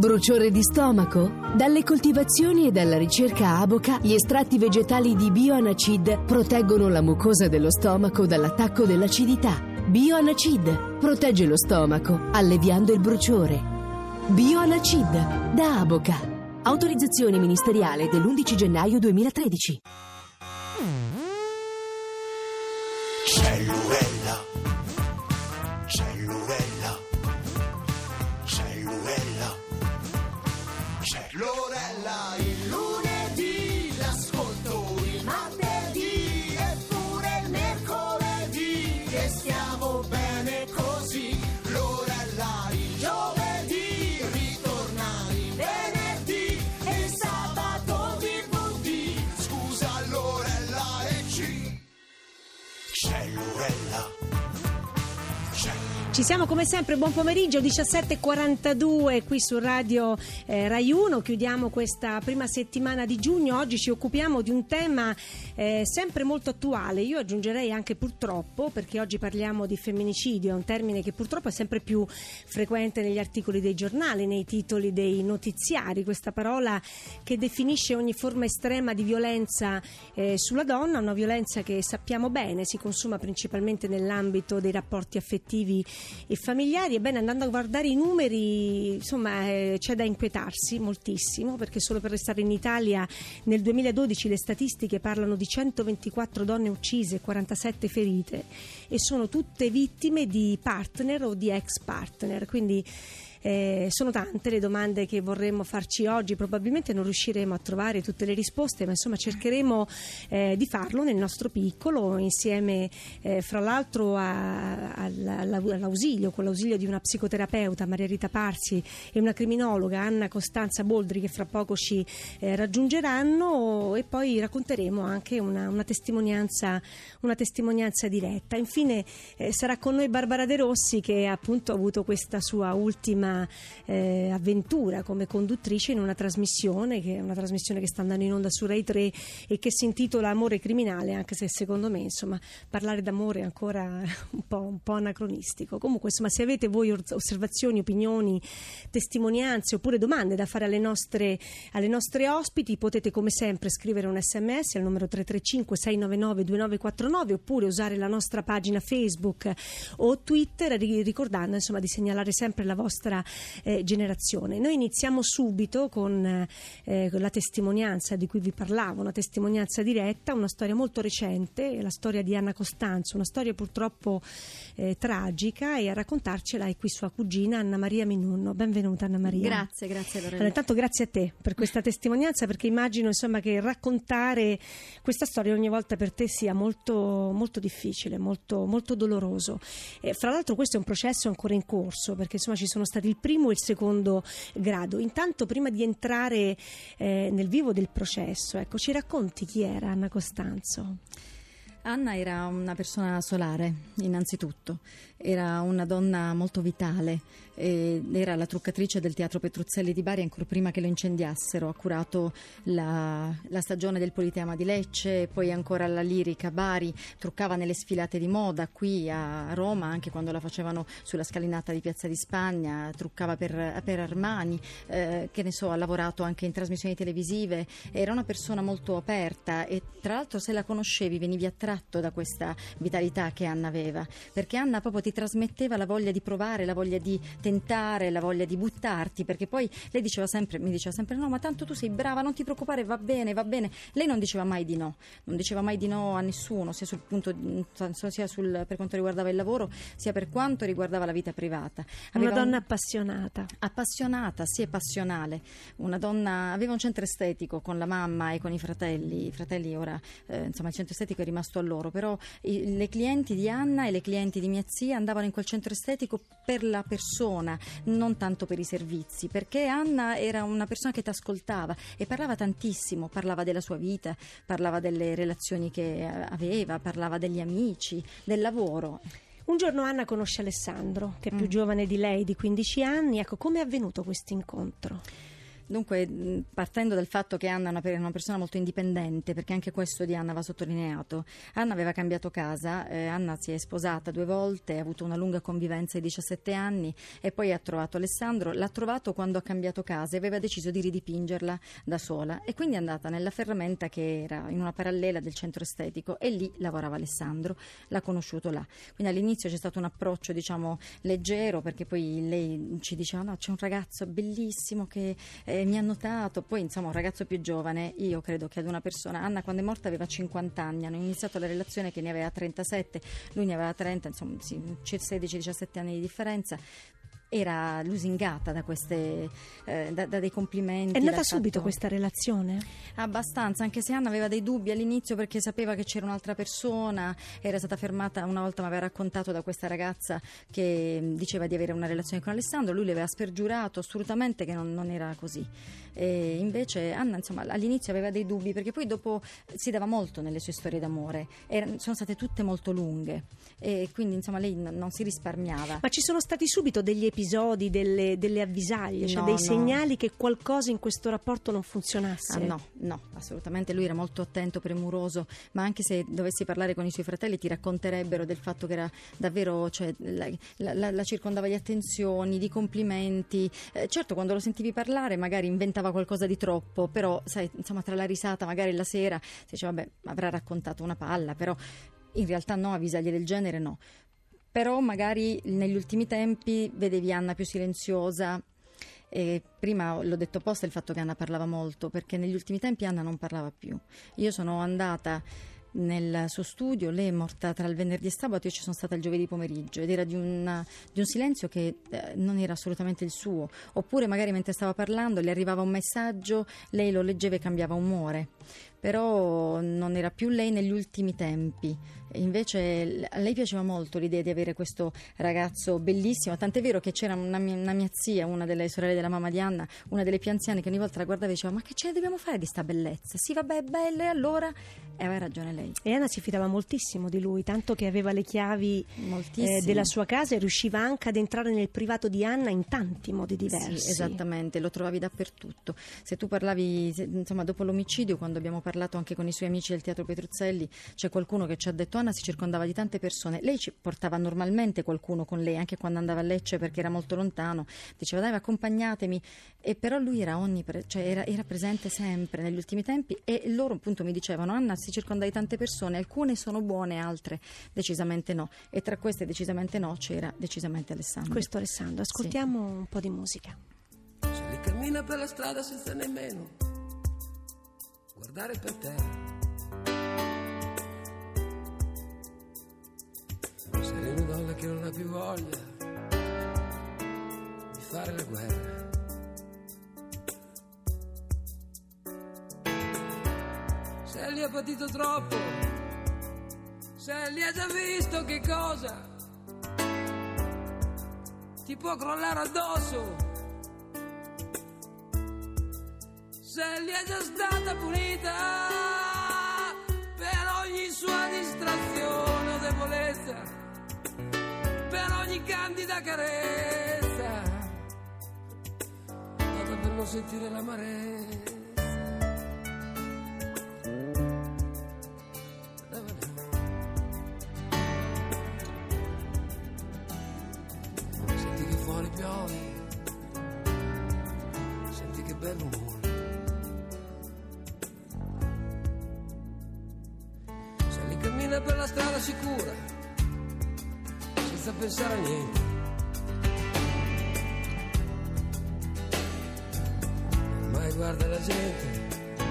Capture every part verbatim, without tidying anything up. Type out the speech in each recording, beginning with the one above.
Bruciore di stomaco? Dalle coltivazioni e dalla ricerca Aboca, gli estratti vegetali di Bioanacid proteggono la mucosa dello stomaco dall'attacco dell'acidità. Bioanacid protegge lo stomaco, alleviando il bruciore. Bioanacid da Aboca. Autorizzazione ministeriale dell'undici gennaio duemilatredici. Cellulella, cellulella, cellulella, cellulella, il lunedì l'ascolto, il martedì e pure il mercoledì, e stiamo bene così. Lorella, il giovedì ritorna il venerdì e il sabato D V D. Scusa Lorella e C. Cellulella. Ci siamo come sempre, buon pomeriggio, diciassette e quarantadue qui su Radio eh, Rai uno. Chiudiamo questa prima settimana di giugno. Oggi ci occupiamo di un tema eh, sempre molto attuale. Io aggiungerei anche purtroppo, perché oggi parliamo di femminicidio, è un termine che purtroppo è sempre più frequente negli articoli dei giornali, nei titoli dei notiziari. Questa parola che definisce ogni forma estrema di violenza eh, sulla donna, una violenza che sappiamo bene si consuma principalmente nell'ambito dei rapporti affettivi e familiari. Ebbene, andando a guardare i numeri, insomma, eh, c'è da inquietarsi moltissimo, perché solo per restare in Italia nel duemiladodici le statistiche parlano di centoventiquattro donne uccise e quarantasette ferite, e sono tutte vittime di partner o di ex partner. Quindi Eh, sono tante le domande che vorremmo farci oggi, probabilmente non riusciremo a trovare tutte le risposte, ma insomma cercheremo eh, di farlo nel nostro piccolo, insieme eh, fra l'altro a, a, all'ausilio, con l'ausilio di una psicoterapeuta, Maria Rita Parsi, e una criminologa, Anna Costanza Boldri, che fra poco ci eh, raggiungeranno, e poi racconteremo anche una, una testimonianza una testimonianza diretta. Infine eh, sarà con noi Barbara De Rossi, che appunto ha avuto questa sua ultima Eh, avventura come conduttrice in una trasmissione che è una trasmissione che sta andando in onda su Rai tre e che si intitola Amore criminale, anche se secondo me insomma parlare d'amore è ancora un po', un po' anacronistico. Comunque insomma, se avete voi osservazioni, opinioni, testimonianze oppure domande da fare alle nostre, alle nostre ospiti, potete come sempre scrivere un sms al numero tre tre cinque sei nove nove due nove quattro nove, oppure usare la nostra pagina Facebook o Twitter, ricordando insomma di segnalare sempre la vostra Eh, generazione. Noi iniziamo subito con eh, la testimonianza di cui vi parlavo, una testimonianza diretta, una storia molto recente, la storia di Anna Costanzo, una storia purtroppo eh, tragica, e a raccontarcela è qui sua cugina Anna Maria Minunno. Benvenuta Anna Maria. Grazie, grazie Lorella. Allora, intanto grazie a te per questa testimonianza, perché immagino insomma che raccontare questa storia ogni volta per te sia molto, molto difficile, molto, molto doloroso. E, fra l'altro questo è un processo ancora in corso, perché insomma ci sono stati il primo e il secondo grado. Intanto, prima di entrare eh, nel vivo del processo, ecco, ci racconti chi era Anna Costanzo? Anna era una persona solare, innanzitutto. Era una donna molto vitale, eh, era la truccatrice del Teatro Petruzzelli di Bari ancora prima che lo incendiassero. Ha curato la, la stagione del Politeama di Lecce, poi ancora la Lirica Bari, truccava nelle sfilate di moda qui a Roma, anche quando la facevano sulla scalinata di Piazza di Spagna, truccava per, per Armani, eh, che ne so, ha lavorato anche in trasmissioni televisive. Era una persona molto aperta, e tra l'altro se la conoscevi venivi attratto da questa vitalità che Anna aveva, perché Anna proprio ti trasmetteva la voglia di provare, la voglia di tentare, la voglia di buttarti, perché poi lei diceva sempre, mi diceva sempre no, ma tanto tu sei brava, non ti preoccupare, va bene, va bene. Lei non diceva mai di no, non diceva mai di no a nessuno, sia sul punto sia sul, per quanto riguardava il lavoro, sia per quanto riguardava la vita privata. Aveva una donna un, appassionata appassionata, sì, e passionale. Una donna, aveva un centro estetico con la mamma e con i fratelli. I fratelli ora, eh, insomma, il centro estetico è rimasto a loro, però i, le clienti di Anna e le clienti di mia zia andavano in quel centro estetico per la persona, non tanto per i servizi, perché Anna era una persona che ti ascoltava e parlava tantissimo, parlava della sua vita, parlava delle relazioni che aveva, parlava degli amici, del lavoro. Un giorno Anna conosce Alessandro, che è più mm. giovane di lei di quindici anni. Ecco, come è avvenuto questo incontro? Dunque, partendo dal fatto che Anna è una persona molto indipendente, perché anche questo di Anna va sottolineato. Anna aveva cambiato casa, eh, Anna si è sposata due volte, ha avuto una lunga convivenza di diciassette anni e poi ha trovato Alessandro. L'ha trovato quando ha cambiato casa e aveva deciso di ridipingerla da sola, e quindi è andata nella ferramenta che era in una parallela del centro estetico, e lì lavorava Alessandro, l'ha conosciuto là. Quindi all'inizio c'è stato un approccio, diciamo, leggero, perché poi lei ci diceva: no, c'è un ragazzo bellissimo che eh, mi ha notato. Poi insomma un ragazzo più giovane, io credo che ad una persona, Anna quando è morta aveva cinquanta anni, hanno iniziato la relazione che ne aveva trentasette, lui ne aveva trenta, insomma sì, c'è sedici diciassette anni di differenza. Era lusingata da queste eh, da, da dei complimenti. È nata subito fatto... questa relazione? Abbastanza, anche se Anna aveva dei dubbi all'inizio, perché sapeva che c'era un'altra persona, era stata fermata una volta, mi aveva raccontato, da questa ragazza che diceva di avere una relazione con Alessandro. Lui le aveva spergiurato assolutamente che non, non era così, e invece Anna insomma all'inizio aveva dei dubbi, perché poi dopo si dava molto nelle sue storie d'amore, Erano, sono state tutte molto lunghe, e quindi insomma lei n- non si risparmiava. Ma ci sono stati subito degli episodi, delle, delle avvisaglie, cioè no, dei no. segnali che qualcosa in questo rapporto non funzionasse? Ah, no, no, assolutamente. Lui era molto attento, premuroso, ma anche se dovessi parlare con i suoi fratelli ti racconterebbero del fatto che era davvero, cioè, la, la, la circondava di attenzioni, di complimenti. Eh, certo, quando lo sentivi parlare magari inventava qualcosa di troppo, però sai, insomma, tra la risata magari la sera si diceva vabbè, avrà raccontato una palla, però in realtà no, avvisaglie del genere no. Però magari negli ultimi tempi vedevi Anna più silenziosa. E prima l'ho detto apposta il fatto che Anna parlava molto, perché negli ultimi tempi Anna non parlava più. Io sono andata nel suo studio, lei è morta tra il venerdì e sabato, io ci sono stata il giovedì pomeriggio, ed era di, una, di un silenzio che eh, non era assolutamente il suo. Oppure magari mentre stava parlando le arrivava un messaggio, lei lo leggeva e cambiava umore, però non era più lei negli ultimi tempi. Invece a lei piaceva molto l'idea di avere questo ragazzo bellissimo, tant'è vero che c'era una mia, una mia zia, una delle sorelle della mamma di Anna, una delle più anziane, che ogni volta la guardava e diceva: ma che ce ne dobbiamo fare di sta bellezza? Sì, vabbè, è bella, e allora? E aveva ragione lei. E Anna si fidava moltissimo di lui, tanto che aveva le chiavi eh, della sua casa e riusciva anche ad entrare nel privato di Anna in tanti modi diversi. Sì, esattamente, lo trovavi dappertutto. Se tu parlavi, se, insomma, dopo l'omicidio, quando abbiamo parlato anche con i suoi amici del Teatro Petruzzelli, c'è qualcuno che ci ha detto: Anna si circondava di tante persone. Lei ci portava normalmente qualcuno con lei, anche quando andava a Lecce, perché era molto lontano, diceva: dai, accompagnatemi. E però lui era onnipre, cioè era, era presente sempre negli ultimi tempi, e loro appunto mi dicevano: Anna si circonda di tante persone, alcune sono buone, altre decisamente no, e tra queste decisamente no c'era decisamente Alessandro. Questo Alessandro, ascoltiamo sì. un po' di musica. Se li cammina per la strada senza nemmeno guardare per terra, sei una donna che non ha più voglia di fare la guerra. Se li ha patito troppo, se li ha già visto che cosa ti può crollare addosso, se li è già stata punita per ogni sua distrazione o debolezza, per ogni candida carezza, nata per non sentire l'amarezza. Senti che fuori piove, senti che bello umore. Se li cammina per la strada sicura, senza pensare a niente, ormai guarda la gente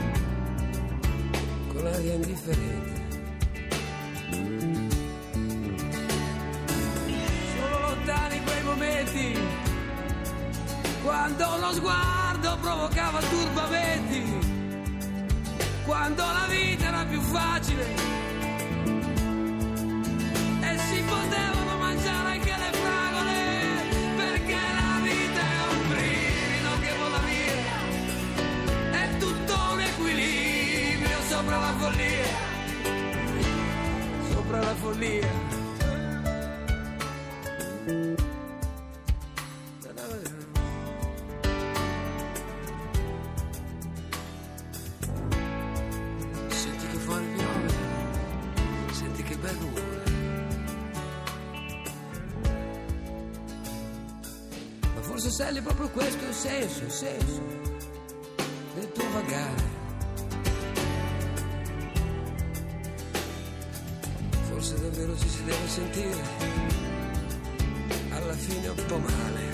con l'aria indifferente. Sono lontani quei momenti quando lo sguardo provocava turbamenti, quando la vita era più facile e si potevano mangiare anche le fragole, perché la vita è un brivido che vola via, è tutto un equilibrio sopra la follia, sopra la follia. Marcelli, proprio questo è il senso, il senso del tuo vagare. Forse davvero ci si deve sentire, alla fine un po' male.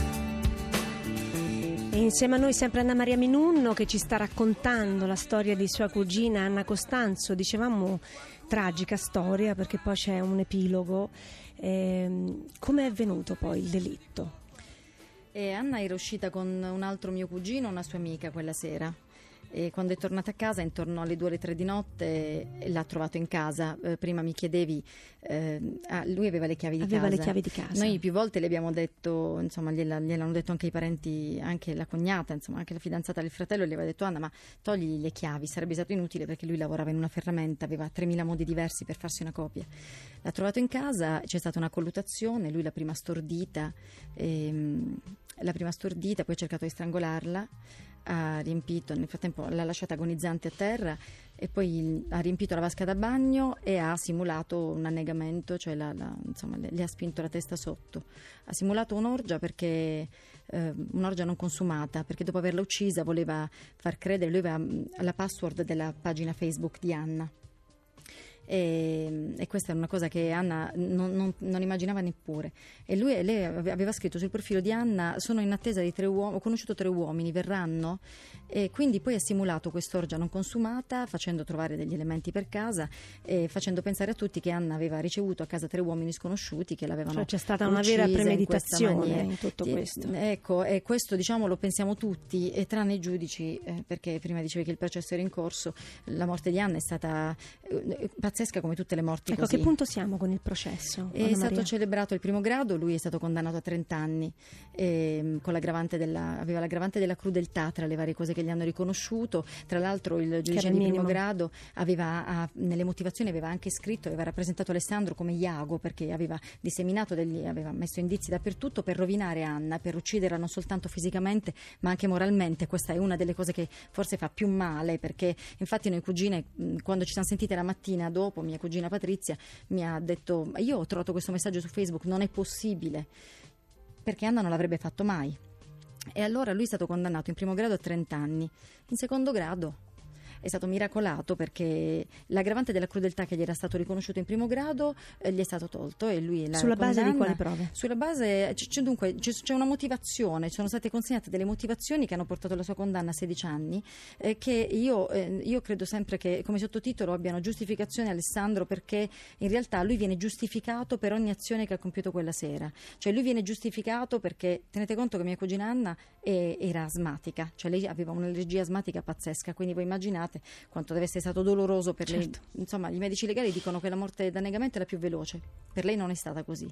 E insieme a noi sempre Anna Maria Minunno, che ci sta raccontando la storia di sua cugina Anna Costanzo. Dicevamo tragica storia, perché poi c'è un epilogo. Ehm, come è avvenuto poi il delitto? E Anna era uscita con un altro mio cugino, una sua amica, quella sera. E quando è tornata a casa, intorno alle due o alle tre di notte, l'ha trovato in casa. Eh, prima mi chiedevi, eh, ah, lui aveva le chiavi di aveva casa. le chiavi di casa. Noi più volte le abbiamo detto, insomma, gliela, gliel'hanno detto anche i parenti, anche la cognata, insomma, anche la fidanzata del fratello, gli aveva detto: Anna, ma togli le chiavi, sarebbe stato inutile, perché lui lavorava in una ferramenta, aveva tremila modi diversi per farsi una copia. L'ha trovato in casa, c'è stata una colluttazione, lui la prima stordita, ehm, la prima stordita, poi ha cercato di strangolarla, ha riempito, nel frattempo l'ha lasciata agonizzante a terra e poi ha riempito la vasca da bagno e ha simulato un annegamento, cioè la, la, insomma, le, le ha spinto la testa sotto. Ha simulato un'orgia, perché eh, un'orgia non consumata, perché dopo averla uccisa voleva far credere, lui aveva la password della pagina Facebook di Anna. E, e questa è una cosa che Anna non, non, non immaginava neppure. E lui, lei aveva scritto sul profilo di Anna: sono in attesa di tre uomini, ho conosciuto tre uomini, verranno? E quindi poi ha simulato quest'orgia non consumata, facendo trovare degli elementi per casa e facendo pensare a tutti che Anna aveva ricevuto a casa tre uomini sconosciuti che l'avevano Cioè c'è stata una vera premeditazione in, in tutto e, questo. Ecco, e questo, diciamo, lo pensiamo tutti, e tranne i giudici, eh, perché prima dicevi che il processo era in corso. La morte di Anna è stata eh, pazzesca, come tutte le morti. Ecco, così. a che punto siamo con il processo? È Anna stato Maria? celebrato il primo grado, lui è stato condannato a trenta anni, ehm, con l'aggravante della, aveva l'aggravante della crudeltà tra le varie cose che gli hanno riconosciuto. Tra l'altro il giudice il di primo minimo. grado aveva, ha, nelle motivazioni aveva anche scritto, aveva rappresentato Alessandro come Iago, perché aveva disseminato degli, aveva messo indizi dappertutto per rovinare Anna, per ucciderla non soltanto fisicamente ma anche moralmente. Questa è una delle cose che forse fa più male, perché infatti noi cugine, quando ci siamo sentite la mattina dopo, mia cugina Patrizia mi ha detto: io ho trovato questo messaggio su Facebook, non è possibile, perché Anna non l'avrebbe fatto mai. E allora lui è stato condannato in primo grado a trenta anni, in secondo grado è stato miracolato, perché l'aggravante della crudeltà che gli era stato riconosciuto in primo grado eh, gli è stato tolto, e lui la Sulla base condanna, di quali prove? Sulla base c'è, c'è dunque c'è, c'è una motivazione, ci sono state consegnate delle motivazioni che hanno portato alla sua condanna a sedici anni, eh, che io, eh, io credo sempre che come sottotitolo abbiano giustificazione Alessandro, perché in realtà lui viene giustificato per ogni azione che ha compiuto quella sera. Cioè lui viene giustificato perché, tenete conto che mia cugina Anna è, era asmatica, cioè lei aveva un'allergia asmatica pazzesca, quindi voi immaginate quanto deve essere stato doloroso per certo. lei. Insomma, i medici legali dicono che la morte d'annegamento è la più veloce, per lei non è stata così.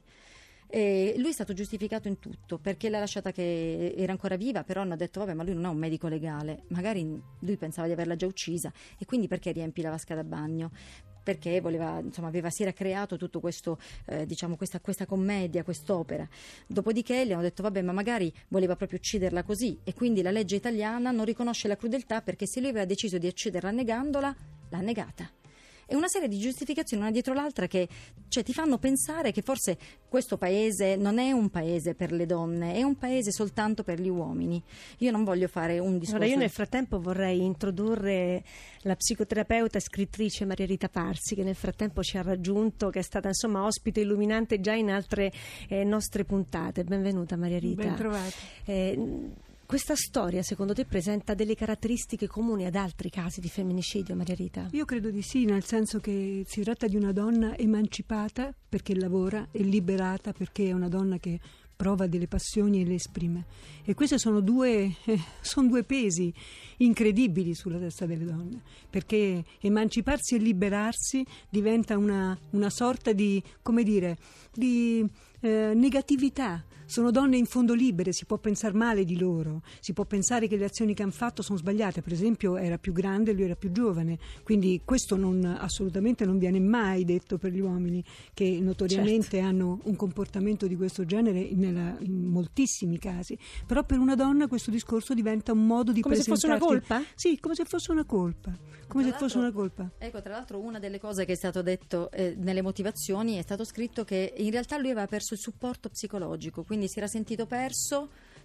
E lui è stato giustificato in tutto, perché l'ha lasciata che era ancora viva, però hanno detto: vabbè, ma lui non è un medico legale, magari lui pensava di averla già uccisa, e quindi perché riempi la vasca da bagno? Perché voleva, insomma, aveva, si era creato tutto questo, eh, diciamo, questa, questa commedia, quest'opera. Dopodiché gli hanno detto: vabbè, ma magari voleva proprio ucciderla così, e quindi la legge italiana non riconosce la crudeltà, perché se lui aveva deciso di ucciderla annegandola, l'ha negata. E una serie di giustificazioni una dietro l'altra che, cioè, ti fanno pensare che forse questo paese non è un paese per le donne, è un paese soltanto per gli uomini. Io non voglio fare un discorso. Allora, io nel frattempo vorrei introdurre la psicoterapeuta e scrittrice Maria Rita Parsi, che nel frattempo ci ha raggiunto, che è stata insomma ospite illuminante già in altre eh, nostre puntate. Benvenuta Maria Rita. Ben trovata. Eh, Questa storia, secondo te, presenta delle caratteristiche comuni ad altri casi di femminicidio, Maria Rita? Io credo di sì, nel senso che si tratta di una donna emancipata perché lavora, e liberata perché è una donna che prova delle passioni e le esprime. E questi sono due, eh, sono due pesi incredibili sulla testa delle donne, perché emanciparsi e liberarsi diventa una, una sorta di, come dire, di eh, negatività. Sono donne in fondo libere, si può pensare male di loro, si può pensare che le azioni che hanno fatto sono sbagliate. Per esempio, era più grande e lui era più giovane, quindi questo non, assolutamente non viene mai detto per gli uomini, che notoriamente certo. hanno un comportamento di questo genere nella, in moltissimi casi. Però per una donna questo discorso diventa un modo di come presentarti. Come se fosse una colpa? Sì, come se fosse una colpa. Come tra se fosse una colpa. Ecco, tra l'altro una delle cose che è stato detto eh, nelle motivazioni è stato scritto che in realtà lui aveva perso il supporto psicologico, quindi si era sentito perso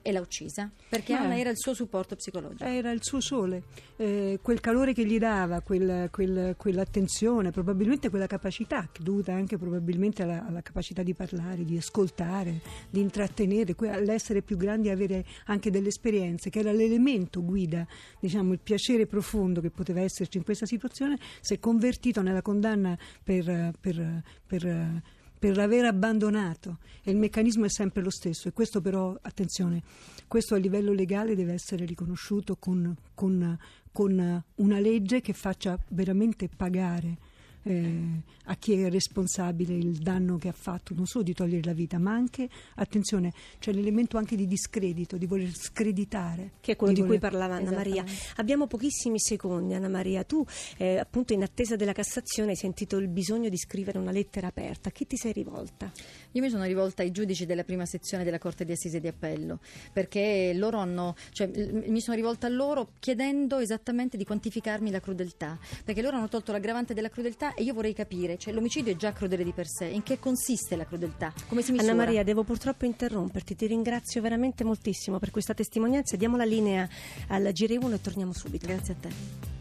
e l'ha uccisa, perché Eh. Anna era il suo supporto psicologico. Era il suo sole, eh, quel calore che gli dava, quel, quel, quell'attenzione, probabilmente quella capacità, che dovuta anche probabilmente alla, alla capacità di parlare, di ascoltare, di intrattenere, que- all'essere più grandi e avere anche delle esperienze, che era l'elemento guida, diciamo il piacere profondo che poteva esserci in questa situazione, si è convertito nella condanna per... per, per per aver abbandonato, e il meccanismo è sempre lo stesso, e questo però, attenzione, questo a livello legale deve essere riconosciuto con, con, con una legge che faccia veramente pagare eh, a chi è responsabile il danno che ha fatto, non solo di togliere la vita, ma anche, attenzione, c'è l'elemento anche di discredito, di voler screditare, che è quello di, di cui voler... parlava Anna Maria. Abbiamo pochissimi secondi, Anna Maria. Tu, eh, appunto, in attesa della Cassazione, hai sentito il bisogno di scrivere una lettera aperta. A chi ti sei rivolta? Io mi sono rivolta ai giudici della prima sezione della Corte di Assise di Appello, perché loro hanno, cioè, mi sono rivolta a loro chiedendo esattamente di quantificarmi la crudeltà, perché loro hanno tolto l'aggravante della crudeltà e io vorrei capire, cioè l'omicidio è già crudele di per sé, in che consiste la crudeltà? Come si misura? Anna Maria, devo purtroppo interromperti, ti ringrazio veramente moltissimo per questa testimonianza. Diamo la linea al Gire uno e torniamo subito. Grazie a te.